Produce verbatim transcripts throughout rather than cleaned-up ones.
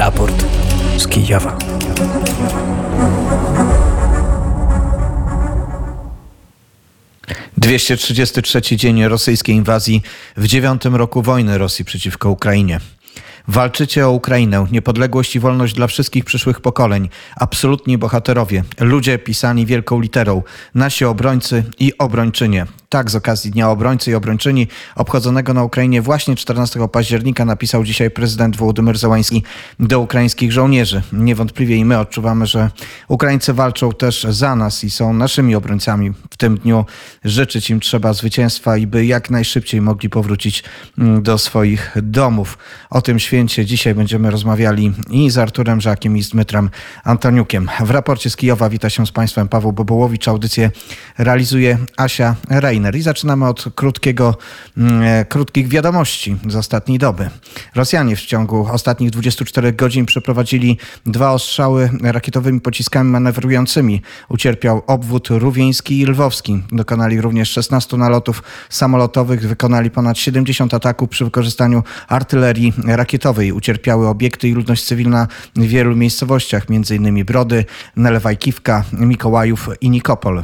Raport z Kijowa. dwieście trzydziesty trzeci dzień rosyjskiej inwazji w dziewiątym roku wojny Rosji przeciwko Ukrainie. Walczycie o Ukrainę, niepodległość i wolność dla wszystkich przyszłych pokoleń. Absolutni bohaterowie, ludzie pisani wielką literą, nasi obrońcy i obrończynie. Tak, z okazji Dnia Obrońcy i Obrończyni obchodzonego na Ukrainie właśnie czternastego października napisał dzisiaj prezydent Wołodymyr Zełański do ukraińskich żołnierzy. Niewątpliwie i my odczuwamy, że Ukraińcy walczą też za nas i są naszymi obrońcami. W tym dniu życzyć im trzeba zwycięstwa i by jak najszybciej mogli powrócić do swoich domów. O tym święcie dzisiaj będziemy rozmawiali i z Arturem Żakiem, i z Dmytrem Antoniukiem. W raporcie z Kijowa wita się z Państwem Paweł Bobołowicz. Audycję realizuje Asia Rejner. I zaczynamy od krótkiego, e, krótkich wiadomości z ostatniej doby. Rosjanie w ciągu ostatnich dwudziestu czterech godzin przeprowadzili dwa ostrzały rakietowymi pociskami manewrującymi. Ucierpiał obwód rówieński i lwowski. Dokonali również szesnastu nalotów samolotowych, wykonali ponad siedemdziesiąt ataków przy wykorzystaniu artylerii rakietowej. Ucierpiały obiekty i ludność cywilna w wielu miejscowościach, m.in. Brody, Nelewajkiwka, Mikołajów i Nikopol.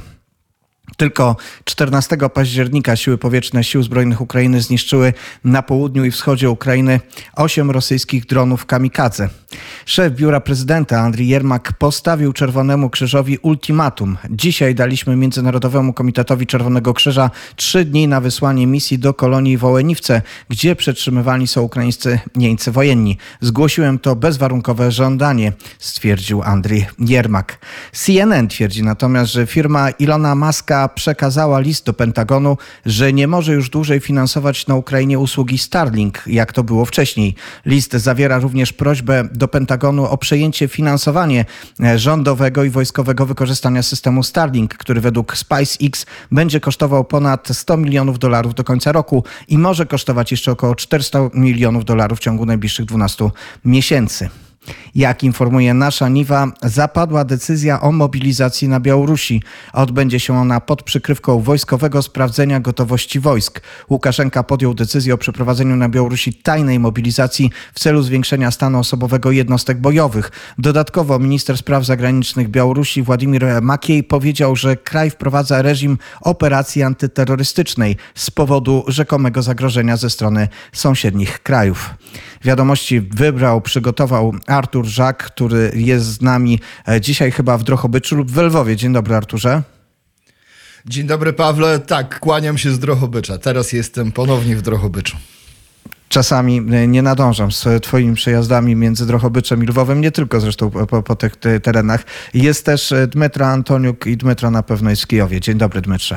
Tylko czternastego października siły powietrzne Sił Zbrojnych Ukrainy zniszczyły na południu i wschodzie Ukrainy osiem rosyjskich dronów kamikadze. Szef biura prezydenta Andrii Jermak postawił Czerwonemu Krzyżowi ultimatum. Dzisiaj daliśmy Międzynarodowemu Komitetowi Czerwonego Krzyża trzy dni na wysłanie misji do kolonii w Ołeniwce, gdzie przetrzymywani są ukraińscy jeńcy wojenni. Zgłosiłem to bezwarunkowe żądanie, stwierdził Andrii Jermak. C N N twierdzi natomiast, że firma Ilona Muska przekazała list do Pentagonu, że nie może już dłużej finansować na Ukrainie usługi Starlink, jak to było wcześniej. List zawiera również prośbę do Pentagonu o przejęcie finansowania rządowego i wojskowego wykorzystania systemu Starlink, który według SpaceX będzie kosztował ponad sto milionów dolarów do końca roku i może kosztować jeszcze około czterysta milionów dolarów w ciągu najbliższych dwunastu miesięcy. Jak informuje nasza Niwa, zapadła decyzja o mobilizacji na Białorusi. Odbędzie się ona pod przykrywką wojskowego sprawdzenia gotowości wojsk. Łukaszenka podjął decyzję o przeprowadzeniu na Białorusi tajnej mobilizacji w celu zwiększenia stanu osobowego jednostek bojowych. Dodatkowo minister spraw zagranicznych Białorusi Władimir Makiej powiedział, że kraj wprowadza reżim operacji antyterrorystycznej z powodu rzekomego zagrożenia ze strony sąsiednich krajów. Wiadomości wybrał, przygotował Artur Żak, który jest z nami dzisiaj chyba w Drohobyczu lub w Lwowie. Dzień dobry, Arturze. Dzień dobry, Pawle. Tak, kłaniam się z Drohobycza. Teraz jestem ponownie w Drohobyczu. Czasami nie nadążam z twoimi przejazdami między Drohobyczem i Lwowem, nie tylko zresztą po, po tych terenach. Jest też Dmytra Antoniuk i Dmytra na pewno jest w Kijowie. Dzień dobry, Dmytrze.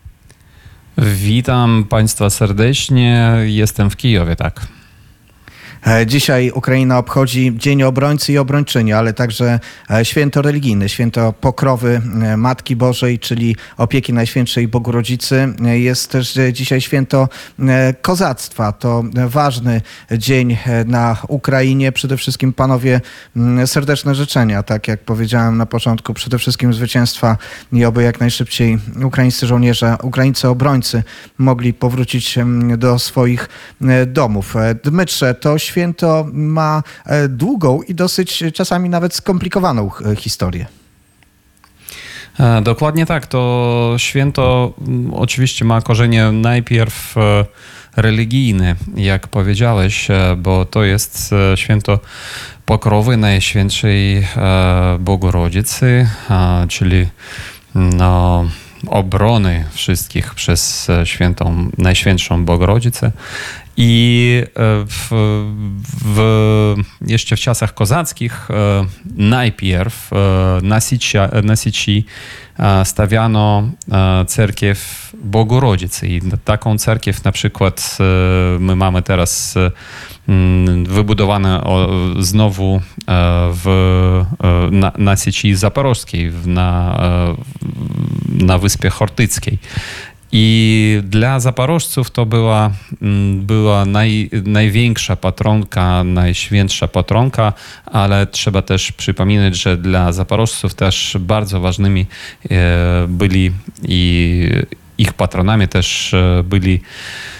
Witam Państwa serdecznie. Jestem w Kijowie, tak. Dzisiaj Ukraina obchodzi Dzień Obrońcy i Obrończyni, ale także święto religijne, święto Pokrowy Matki Bożej, czyli opieki Najświętszej Bogu Rodzicy. Jest też dzisiaj święto kozactwa. To ważny dzień na Ukrainie. Przede wszystkim, panowie, serdeczne życzenia. Tak jak powiedziałem na początku, przede wszystkim zwycięstwa i oby jak najszybciej ukraińscy żołnierze, ukraińcy obrońcy mogli powrócić do swoich domów. Dmytrze, to święto ma długą i dosyć czasami nawet skomplikowaną historię. Dokładnie tak. To święto oczywiście ma korzenie najpierw religijne, jak powiedziałeś, bo to jest święto Pokrowy Najświętszej Bogorodzicy, czyli no, obrony wszystkich przez świętą Najświętszą Bogorodzicę. I w, w, jeszcze w czasach kozackich najpierw na Syci, na Syci stawiano cerkiew Bogorodzicy. I taką cerkiew na przykład my mamy teraz wybudowane znowu w, na, na Syci Zaporożskiej, na, na Wyspie Chortyckiej. I dla Zaporożców to była, była naj, największa patronka, najświętsza patronka, ale trzeba też przypominać, że dla Zaporożców też bardzo ważnymi byli i ich patronami też byli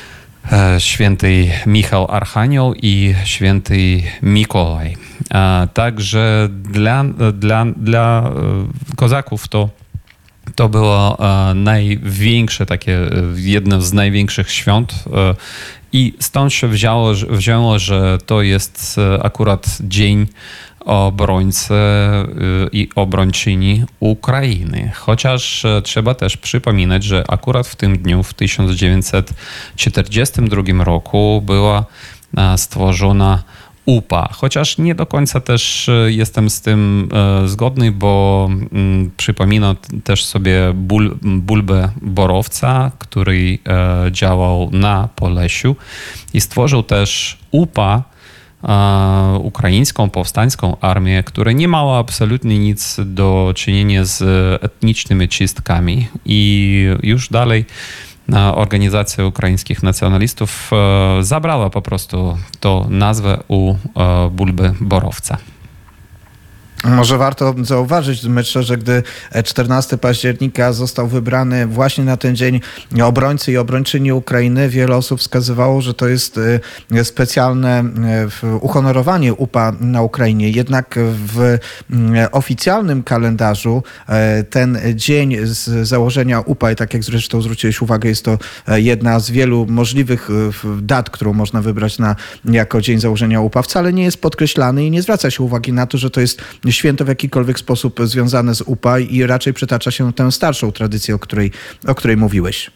święty Michał Archanioł i święty Mikołaj. Także dla, dla, dla kozaków to To było największe, takie jedno z największych świąt i stąd się wzięło, wzięło, że to jest akurat dzień obrońcy i obrończyni Ukrainy. Chociaż trzeba też przypominać, że akurat w tym dniu w tysiąc dziewięćset czterdziestym drugim roku była stworzona U P A. Chociaż nie do końca też jestem z tym zgodny, bo przypomina też sobie ból, Bulbę Borowca, który działał na Polesiu i stworzył też U P A, ukraińską powstańską armię, która nie miała absolutnie nic do czynienia z etnicznymi czystkami i już dalej Organizacja Ukraińskich Nacjonalistów zabrała po prostu tą nazwę u Bulby Borowca. Może warto zauważyć, myślę, że gdy czternastego października został wybrany właśnie na ten dzień obrońcy i obrończyni Ukrainy, wiele osób wskazywało, że to jest specjalne uhonorowanie U P A na Ukrainie. Jednak w oficjalnym kalendarzu ten dzień z założenia U P A, i tak jak zresztą zwróciłeś uwagę, jest to jedna z wielu możliwych dat, którą można wybrać na, jako dzień założenia U P A, wcale nie jest podkreślany i nie zwraca się uwagi na to, że to jest święto w jakikolwiek sposób związane z U P A i raczej przytacza się tę starszą tradycję, o której, o której mówiłeś.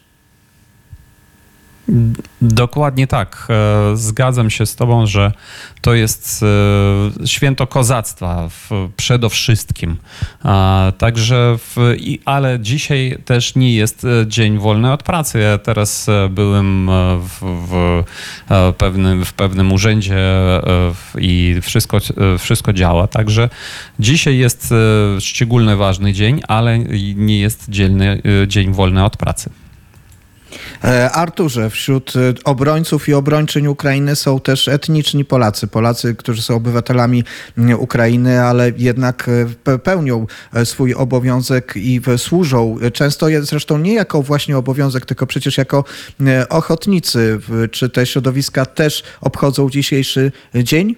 Dokładnie tak. Zgadzam się z tobą, że to jest święto kozactwa przede wszystkim. Także, w, ale dzisiaj też nie jest dzień wolny od pracy. Ja teraz byłem w, w, pewnym, w pewnym urzędzie i wszystko, wszystko działa. Także dzisiaj jest szczególnie ważny dzień, ale nie jest dzielny, dzień wolny od pracy. Arturze, wśród obrońców i obrończyń Ukrainy są też etniczni Polacy. Polacy, którzy są obywatelami Ukrainy, ale jednak pełnią swój obowiązek i służą. Często zresztą nie jako właśnie obowiązek, tylko przecież jako ochotnicy. Czy te środowiska też obchodzą dzisiejszy dzień?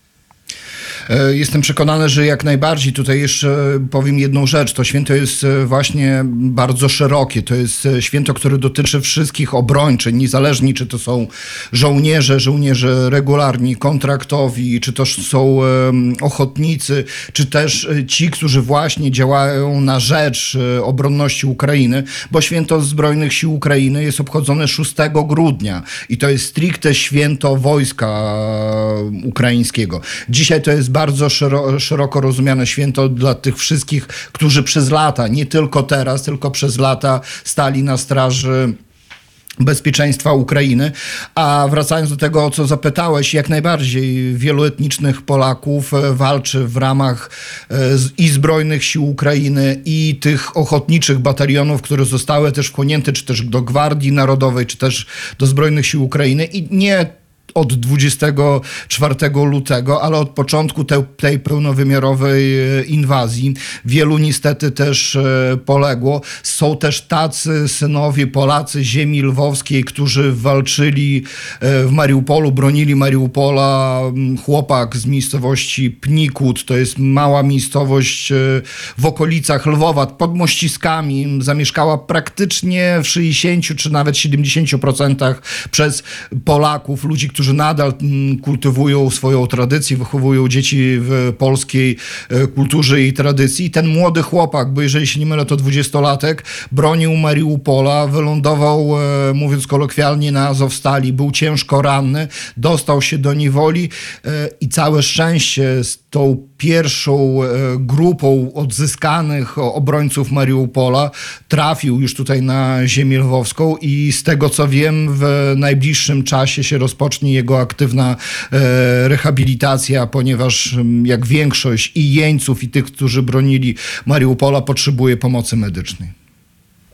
Jestem przekonany, że jak najbardziej. Tutaj jeszcze powiem jedną rzecz. To święto jest właśnie bardzo szerokie. To jest święto, które dotyczy wszystkich obrończyń, niezależnie czy to są żołnierze, żołnierze regularni, kontraktowi, czy to są ochotnicy, czy też ci, którzy właśnie działają na rzecz obronności Ukrainy, bo święto Zbrojnych Sił Ukrainy jest obchodzone szóstego grudnia i to jest stricte święto wojska ukraińskiego. Dzisiaj to jest bardzo szeroko, szeroko rozumiane święto dla tych wszystkich, którzy przez lata, nie tylko teraz, tylko przez lata stali na straży bezpieczeństwa Ukrainy. A wracając do tego, o co zapytałeś, jak najbardziej wielu etnicznych Polaków walczy w ramach i Zbrojnych Sił Ukrainy, i tych ochotniczych batalionów, które zostały też wchłonięte, czy też do Gwardii Narodowej, czy też do Zbrojnych Sił Ukrainy. I nie od dwudziestego czwartego lutego, ale od początku te, tej pełnowymiarowej inwazji. Wielu niestety też poległo. Są też tacy synowie Polacy ziemi lwowskiej, którzy walczyli w Mariupolu, bronili Mariupola. Chłopak z miejscowości Pnikut, to jest mała miejscowość w okolicach Lwowa, pod Mościskami, zamieszkała praktycznie w sześćdziesięciu czy nawet siedemdziesięciu procentach przez Polaków, ludzi, którzy nadal kultywują swoją tradycję, wychowują dzieci w polskiej kulturze i tradycji. I ten młody chłopak, bo jeżeli się nie mylę, to dwudziestolatek, bronił Mariupola, wylądował, mówiąc kolokwialnie, na Azowstali, był ciężko ranny, dostał się do niewoli i całe szczęście z tą pierwszą grupą odzyskanych obrońców Mariupola trafił już tutaj na ziemię lwowską i z tego co wiem, w najbliższym czasie się rozpocznie jego aktywna rehabilitacja, ponieważ jak większość i jeńców, i tych, którzy bronili Mariupola, potrzebuje pomocy medycznej.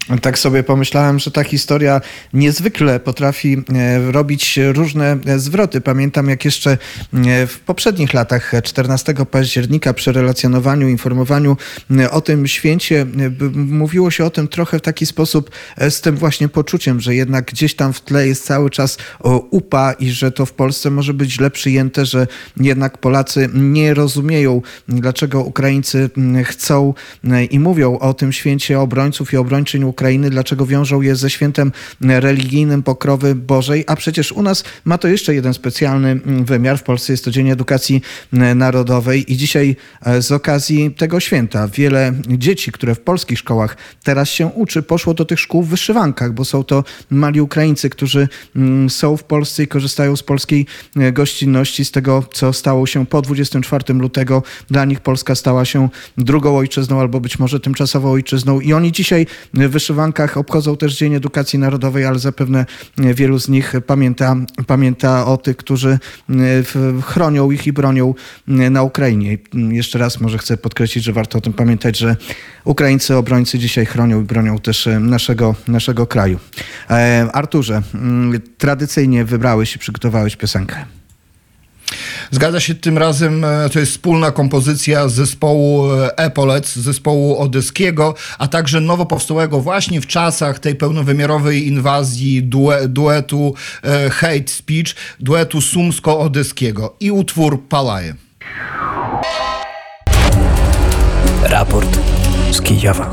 Tak sobie pomyślałem, że ta historia niezwykle potrafi robić różne zwroty. Pamiętam, jak jeszcze w poprzednich latach, czternastego października, przy relacjonowaniu, informowaniu o tym święcie, mówiło się o tym trochę w taki sposób, z tym właśnie poczuciem, że jednak gdzieś tam w tle jest cały czas U P A i że to w Polsce może być źle przyjęte, że jednak Polacy nie rozumieją, dlaczego Ukraińcy chcą i mówią o tym święcie obrońców i obrończyń Ukrainy, dlaczego wiążą je ze świętem religijnym pokrowy Bożej, a przecież u nas ma to jeszcze jeden specjalny wymiar. W Polsce jest to Dzień Edukacji Narodowej i dzisiaj z okazji tego święta wiele dzieci, które w polskich szkołach teraz się uczy, poszło do tych szkół w wyszywankach, bo są to mali Ukraińcy, którzy są w Polsce i korzystają z polskiej gościnności, z tego, co stało się po dwudziestego czwartego lutego. Dla nich Polska stała się drugą ojczyzną albo być może tymczasową ojczyzną i oni dzisiaj w wyszywankach obchodzą też Dzień Edukacji Narodowej, ale zapewne wielu z nich pamięta, pamięta o tych, którzy chronią ich i bronią na Ukrainie. Jeszcze raz może chcę podkreślić, że warto o tym pamiętać, że Ukraińcy, obrońcy dzisiaj chronią i bronią też naszego, naszego kraju. Arturze, tradycyjnie wybrałeś i przygotowałeś piosenkę. Zgadza się, tym razem to jest wspólna kompozycja zespołu Epolec, zespołu odeskiego, a także nowo powstałego właśnie w czasach tej pełnowymiarowej inwazji due, duetu e, Hate Speech, duetu sumsko-odeskiego i utwór Palaje. Raport z Kijowa.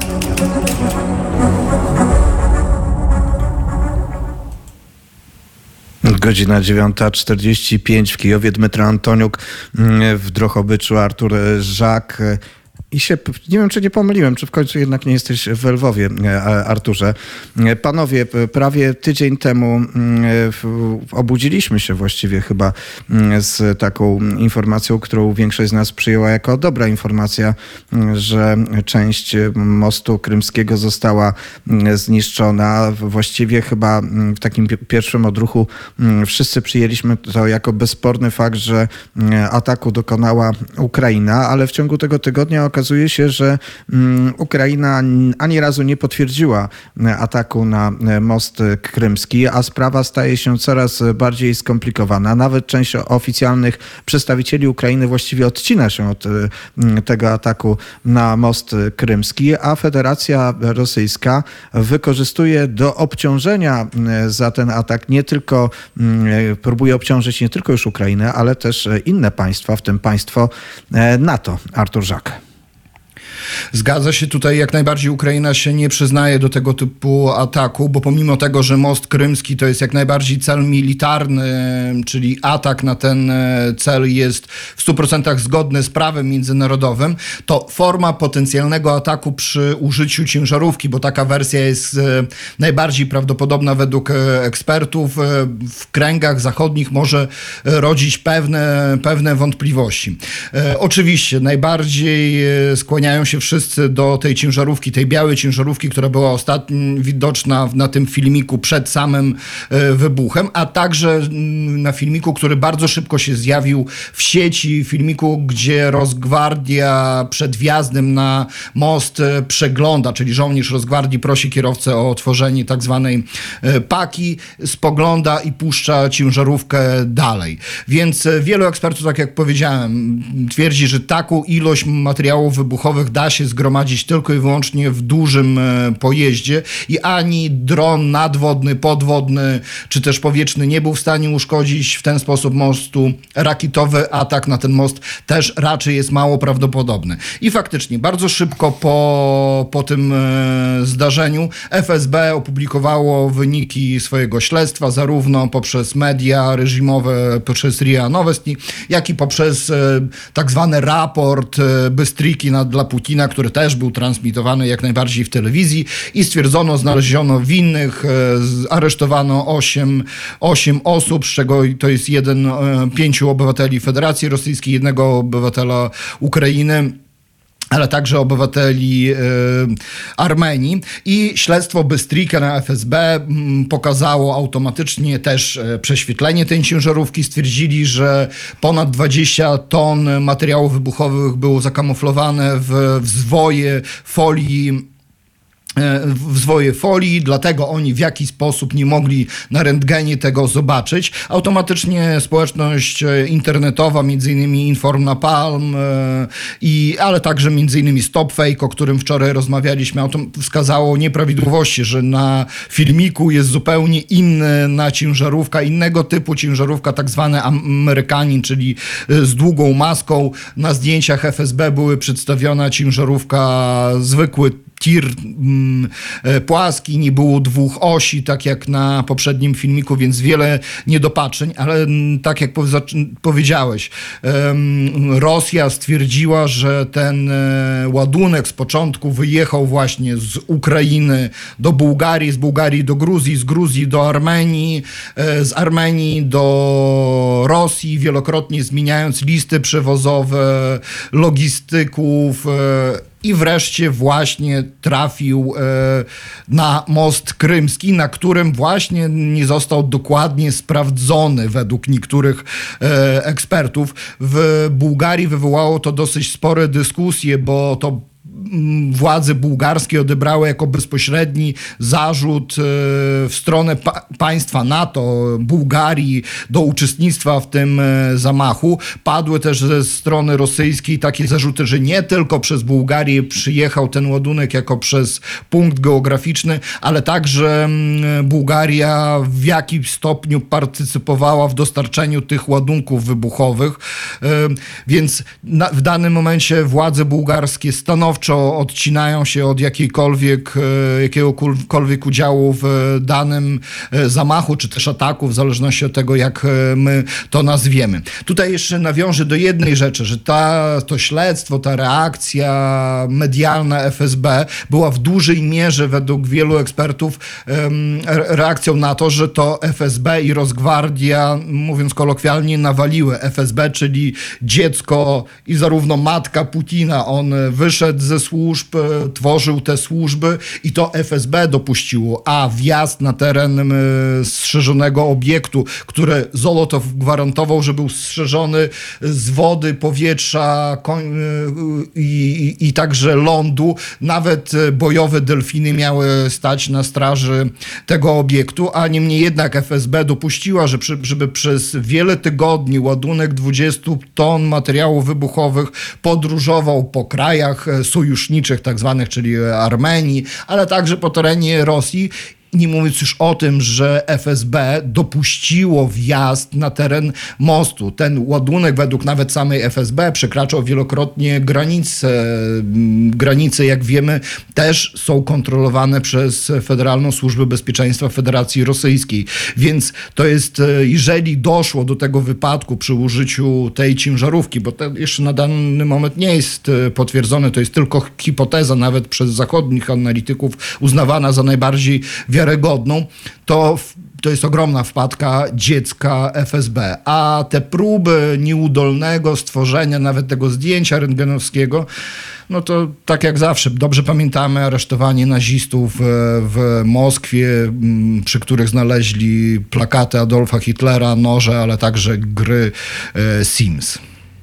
Godzina dziewiąta czterdzieści pięć w Kijowie. Dmytro Antoniuk, w Drohobyczu Artur Żak. I się, nie wiem, czy nie pomyliłem, czy w końcu jednak nie jesteś w Lwowie, Arturze. Panowie, prawie tydzień temu obudziliśmy się właściwie chyba z taką informacją, którą większość z nas przyjęła jako dobra informacja, że część mostu krymskiego została zniszczona. Właściwie chyba w takim pierwszym odruchu wszyscy przyjęliśmy to jako bezsporny fakt, że ataku dokonała Ukraina, ale w ciągu tego tygodnia okazuje się, że Ukraina ani razu nie potwierdziła ataku na most krymski, a sprawa staje się coraz bardziej skomplikowana. Nawet część oficjalnych przedstawicieli Ukrainy właściwie odcina się od tego ataku na most krymski, a Federacja Rosyjska wykorzystuje do obciążenia za ten atak nie tylko, próbuje obciążyć nie tylko już Ukrainę, ale też inne państwa, w tym państwo NATO. Artur Żak. Zgadza się, tutaj jak najbardziej Ukraina się nie przyznaje do tego typu ataku, bo pomimo tego, że most krymski to jest jak najbardziej cel militarny, czyli atak na ten cel jest w stu procentach zgodny z prawem międzynarodowym, to forma potencjalnego ataku przy użyciu ciężarówki, bo taka wersja jest najbardziej prawdopodobna według ekspertów, w kręgach zachodnich może rodzić pewne, pewne wątpliwości. Oczywiście najbardziej skłaniają się wszyscy do tej ciężarówki, tej białej ciężarówki, która była ostatnio widoczna na tym filmiku przed samym wybuchem, a także na filmiku, który bardzo szybko się zjawił w sieci, filmiku, gdzie Rosgwardia przed wjazdem na most przegląda, czyli żołnierz Rosgwardii prosi kierowcę o otworzenie tak zwanej paki, spogląda i puszcza ciężarówkę dalej. Więc wielu ekspertów, tak jak powiedziałem, twierdzi, że taką ilość materiałów wybuchowych da się zgromadzić tylko i wyłącznie w dużym pojeździe i ani dron nadwodny, podwodny czy też powietrzny nie był w stanie uszkodzić w ten sposób mostu. Rakietowy atak na ten most też raczej jest mało prawdopodobny. I faktycznie bardzo szybko po, po tym zdarzeniu F S B opublikowało wyniki swojego śledztwa zarówno poprzez media reżimowe, poprzez R I A Novosti, jak i poprzez tak zwany raport Bystryki dla Putina, który też był transmitowany jak najbardziej w telewizji i stwierdzono, znaleziono winnych, aresztowano osiem osób, z czego to jest jeden, pięciu obywateli Federacji Rosyjskiej, jednego obywatela Ukrainy, ale także obywateli y, Armenii. I śledztwo Bystryka na F S B m, pokazało automatycznie też y, prześwietlenie tej ciężarówki. Stwierdzili, że ponad dwadzieścia ton materiałów wybuchowych było zakamuflowane w, w zwoje folii w zwoje folii, dlatego oni w jakiś sposób nie mogli na rentgenie tego zobaczyć. Automatycznie społeczność internetowa, między innymi Inform Napalm, i, ale także między innymi StopFake, o którym wczoraj rozmawialiśmy, wskazało nieprawidłowości, że na filmiku jest zupełnie inna ciężarówka, innego typu ciężarówka, tak zwany Amerykanin, czyli z długą maską. Na zdjęciach F S B były przedstawiona ciężarówka zwykły tir mm, płaski, nie było dwóch osi, tak jak na poprzednim filmiku, więc wiele niedopatrzeń, ale m, tak jak powie, powiedziałeś, em, Rosja stwierdziła, że ten e, ładunek z początku wyjechał właśnie z Ukrainy do Bułgarii, z Bułgarii do Gruzji, z Gruzji do Armenii, e, z Armenii do Rosji, wielokrotnie zmieniając listy przewozowe, logistyków, e, i wreszcie właśnie trafił e, na most krymski, na którym właśnie nie został dokładnie sprawdzony według niektórych e, ekspertów. W Bułgarii wywołało to dosyć spore dyskusje, bo to władze bułgarskie odebrały jako bezpośredni zarzut w stronę pa- państwa NATO, Bułgarii, do uczestnictwa w tym zamachu. Padły też ze strony rosyjskiej takie zarzuty, że nie tylko przez Bułgarię przyjechał ten ładunek jako przez punkt geograficzny, ale także Bułgaria w jakimś stopniu partycypowała w dostarczeniu tych ładunków wybuchowych. Więc na, w danym momencie władze bułgarskie stanowczo odcinają się od jakiejkolwiek, jakiegokolwiek udziału w danym zamachu, czy też ataku, w zależności od tego, jak my to nazwiemy. Tutaj jeszcze nawiążę do jednej rzeczy, że ta, to śledztwo, ta reakcja medialna F S B była w dużej mierze według wielu ekspertów reakcją na to, że to F S B i Rosgwardia, mówiąc kolokwialnie, nawaliły F S B, czyli dziecko i zarówno matka Putina. On wyszedł ze służb, tworzył te służby i to F S B dopuściło, a wjazd na teren strzeżonego obiektu, który Zolotow gwarantował, że był strzeżony z wody, powietrza i, i, i także lądu. Nawet bojowe delfiny miały stać na straży tego obiektu, a niemniej jednak F S B dopuściła, że przy, żeby przez wiele tygodni ładunek dwudziestu ton materiałów wybuchowych podróżował po krajach sojuszniczych, tak zwanych, czyli Armenii, ale także po terenie Rosji. Nie mówiąc już o tym, że F S B dopuściło wjazd na teren mostu. Ten ładunek według nawet samej F S B przekraczał wielokrotnie granice. Granice, jak wiemy, też są kontrolowane przez Federalną Służbę Bezpieczeństwa Federacji Rosyjskiej. Więc to jest, jeżeli doszło do tego wypadku przy użyciu tej ciężarówki, bo to jeszcze na dany moment nie jest potwierdzone, to jest tylko hipoteza, nawet przez zachodnich analityków uznawana za najbardziej wiarygodną, wiarygodną, to, to jest ogromna wpadka dziecka F S B. A te próby nieudolnego stworzenia nawet tego zdjęcia rentgenowskiego, no to tak jak zawsze, dobrze pamiętamy aresztowanie nazistów w Moskwie, przy których znaleźli plakaty Adolfa Hitlera, noże, ale także gry Sims.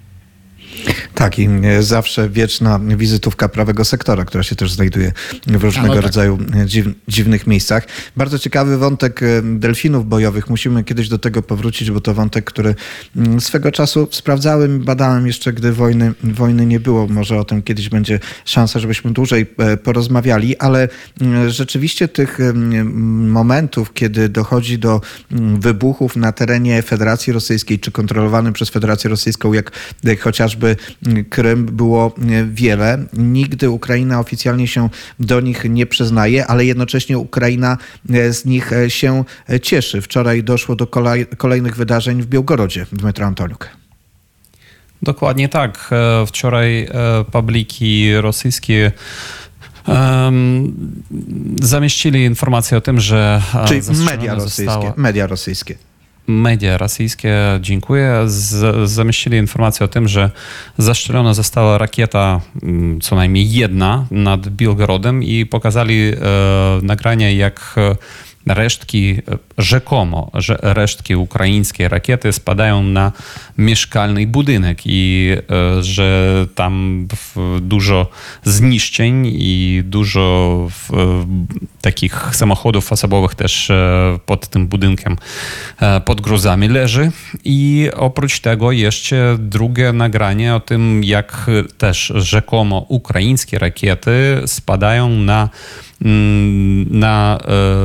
Tak, i zawsze wieczna wizytówka prawego sektora, która się też znajduje w różnego no tak. rodzaju dziw, dziwnych miejscach. Bardzo ciekawy wątek delfinów bojowych. Musimy kiedyś do tego powrócić, bo to wątek, który swego czasu sprawdzałem, badałem jeszcze, gdy wojny, wojny nie było. Może o tym kiedyś będzie szansa, żebyśmy dłużej porozmawiali, ale rzeczywiście tych momentów, kiedy dochodzi do wybuchów na terenie Federacji Rosyjskiej, czy kontrolowanym przez Federację Rosyjską, jak chociażby Krym, było wiele. Nigdy Ukraina oficjalnie się do nich nie przyznaje, ale jednocześnie Ukraina z nich się cieszy. Wczoraj doszło do kolej, kolejnych wydarzeń w Białgorodzie. Dmytro Antoniuk. Dokładnie tak. Wczoraj publiki rosyjskie um, zamieścili informację o tym, że Czyli media rosyjskie, została... media rosyjskie. Media rosyjskie, dziękuję, z, zamieścili informację o tym, że zastrzelona została rakieta, co najmniej jedna, nad Białgorodem i pokazali e, nagrania, jak resztki, rzekomo, że resztki ukraińskiej rakiety spadają na mieszkalny budynek i że tam dużo zniszczeń i dużo takich samochodów osobowych też pod tym budynkiem pod gruzami leży. I oprócz tego jeszcze drugie nagranie o tym, jak też rzekomo ukraińskie rakiety spadają na, na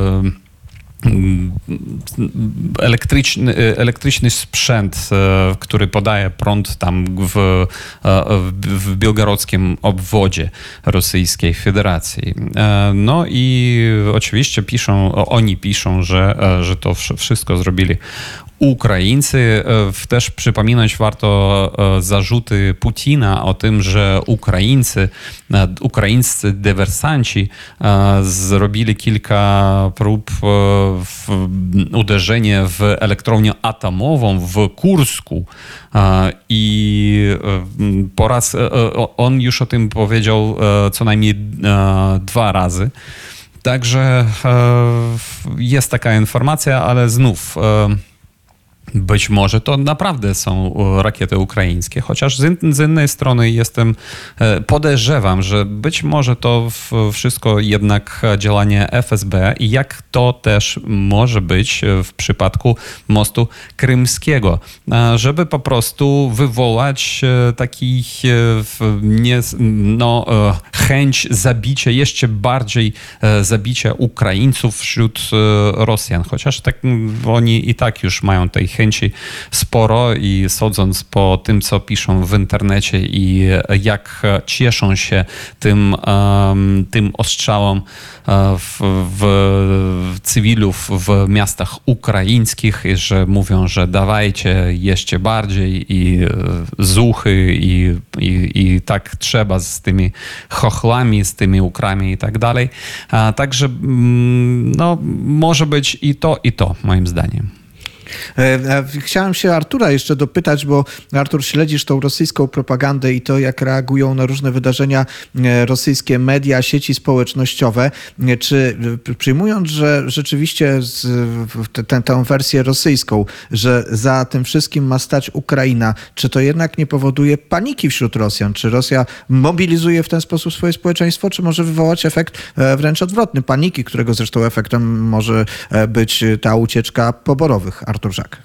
elektryczny, elektryczny sprzęt, który podaje prąd tam w, w białgorodzkim obwodzie Rosyjskiej Federacji. No i oczywiście piszą, oni piszą, że, że to wszystko zrobili Ukraińcy. Też przypominać warto zarzuty Putina o tym, że Ukraińcy, ukraińscy dywersanci zrobili kilka prób w uderzenie w elektrownię atomową w Kursku i po raz on już o tym powiedział co najmniej dwa razy. Także jest taka informacja, ale znów być może to naprawdę są rakiety ukraińskie, chociaż z, z innej strony jestem, podejrzewam, że być może to wszystko jednak działanie F S B i jak to też może być w przypadku mostu krymskiego, żeby po prostu wywołać taki nie, no, chęć zabicia, jeszcze bardziej zabicia Ukraińców wśród Rosjan, chociaż tak oni i tak już mają tej chęci sporo i sądząc po tym, co piszą w internecie i jak cieszą się tym, um, tym ostrzałom w, w cywilów w miastach ukraińskich, że mówią, że dawajcie jeszcze bardziej i zuchy i, i, i tak trzeba z tymi chochlami, z tymi ukrami i tak dalej. Także no, może być i to, i to, moim zdaniem. Chciałem się Artura jeszcze dopytać, bo Artur, śledzisz tą rosyjską propagandę i to, jak reagują na różne wydarzenia rosyjskie media, sieci społecznościowe. Czy przyjmując, że rzeczywiście tę, tę wersję rosyjską, że za tym wszystkim ma stać Ukraina, czy to jednak nie powoduje paniki wśród Rosjan? Czy Rosja mobilizuje w ten sposób swoje społeczeństwo, czy może wywołać efekt wręcz odwrotny, paniki, którego zresztą efektem może być ta ucieczka poborowych? Artur Żak.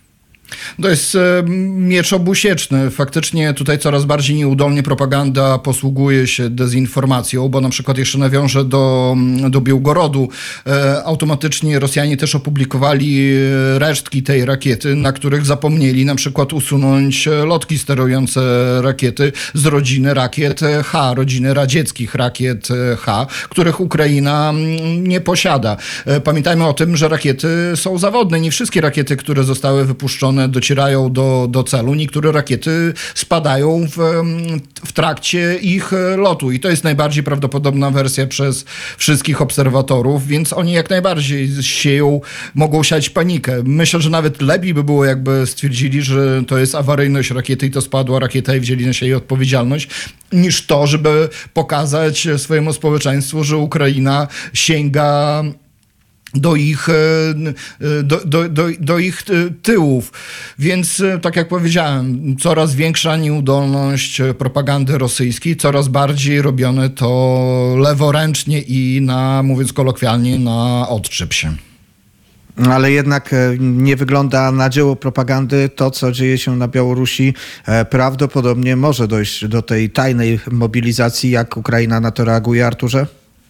To jest miecz obusieczny. Faktycznie tutaj coraz bardziej nieudolnie propaganda posługuje się dezinformacją, bo na przykład jeszcze nawiążę do, do Białgorodu. Automatycznie Rosjanie też opublikowali resztki tej rakiety, na których zapomnieli na przykład usunąć lotki sterujące rakiety z rodziny rakiet H, rodziny radzieckich rakiet H, których Ukraina nie posiada. Pamiętajmy o tym, że rakiety są zawodne. Nie wszystkie rakiety, które zostały wypuszczone, docierają do, do celu. Niektóre rakiety spadają w, w trakcie ich lotu i to jest najbardziej prawdopodobna wersja przez wszystkich obserwatorów, więc oni jak najbardziej sieją, mogą siać panikę. Myślę, że nawet lepiej by było, jakby stwierdzili, że to jest awaryjność rakiety i to spadła rakieta i wzięli na siebie odpowiedzialność, niż to, żeby pokazać swojemu społeczeństwu, że Ukraina sięga do ich, do, do, do, do ich tyłów. Więc tak jak powiedziałem, coraz większa nieudolność propagandy rosyjskiej, coraz bardziej robione to leworęcznie i na, mówiąc kolokwialnie, na odczep się. Ale jednak nie wygląda na dzieło propagandy to, co dzieje się na Białorusi. Prawdopodobnie może dojść do tej tajnej mobilizacji. Jak Ukraina na to reaguje, Arturze?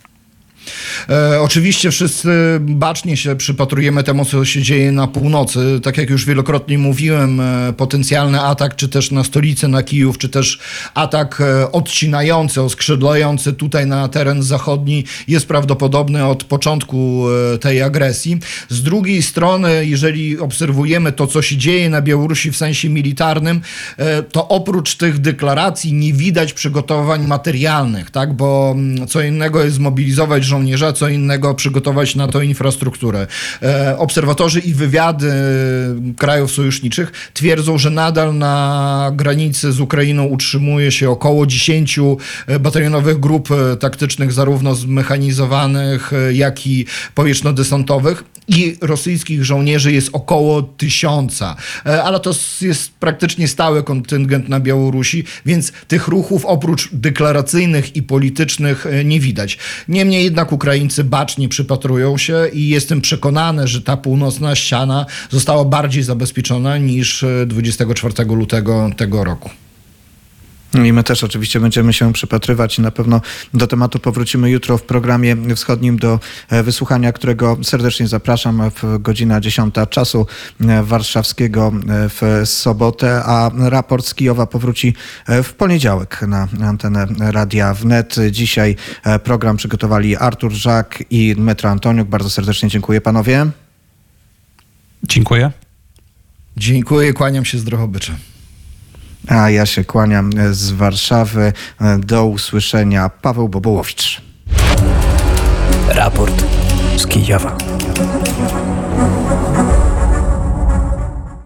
E, oczywiście wszyscy bacznie się przypatrujemy temu, co się dzieje na północy. Tak jak już wielokrotnie mówiłem, e, potencjalny atak, czy też na stolicę, na Kijów, czy też atak e, odcinający, oskrzydlający tutaj na teren zachodni jest prawdopodobny od początku e, tej agresji. Z drugiej strony, jeżeli obserwujemy to, co się dzieje na Białorusi w sensie militarnym, e, to oprócz tych deklaracji nie widać przygotowań materialnych, tak? Bo co innego jest zmobilizować żołnierzy, a co innego przygotować na to infrastrukturę. E, obserwatorzy i wywiady krajów sojuszniczych twierdzą, że nadal na granicy z Ukrainą utrzymuje się około dziesięciu batalionowych grup taktycznych, zarówno zmechanizowanych, jak i powietrzno-desantowych. I rosyjskich żołnierzy jest około tysiąca. Ale to jest praktycznie stały kontyngent na Białorusi, więc tych ruchów oprócz deklaracyjnych i politycznych nie widać. Niemniej jednak Ukraińcy bacznie przypatrują się i jestem przekonany, że ta północna ściana została bardziej zabezpieczona niż dwudziestego czwartego lutego tego roku. I my też oczywiście będziemy się przypatrywać i na pewno do tematu powrócimy jutro w programie wschodnim do wysłuchania, którego serdecznie zapraszam w godzina dziesiąta czasu warszawskiego w sobotę, a raport z Kijowa powróci w poniedziałek na antenę Radia Wnet. Dzisiaj program przygotowali Artur Żak i Dmytro Antoniuk. Bardzo serdecznie dziękuję panowie. Dziękuję. Dziękuję, kłaniam się z Drohobycza. A ja się kłaniam z Warszawy. Do usłyszenia. Paweł Bobołowicz. Raport z Kijowa.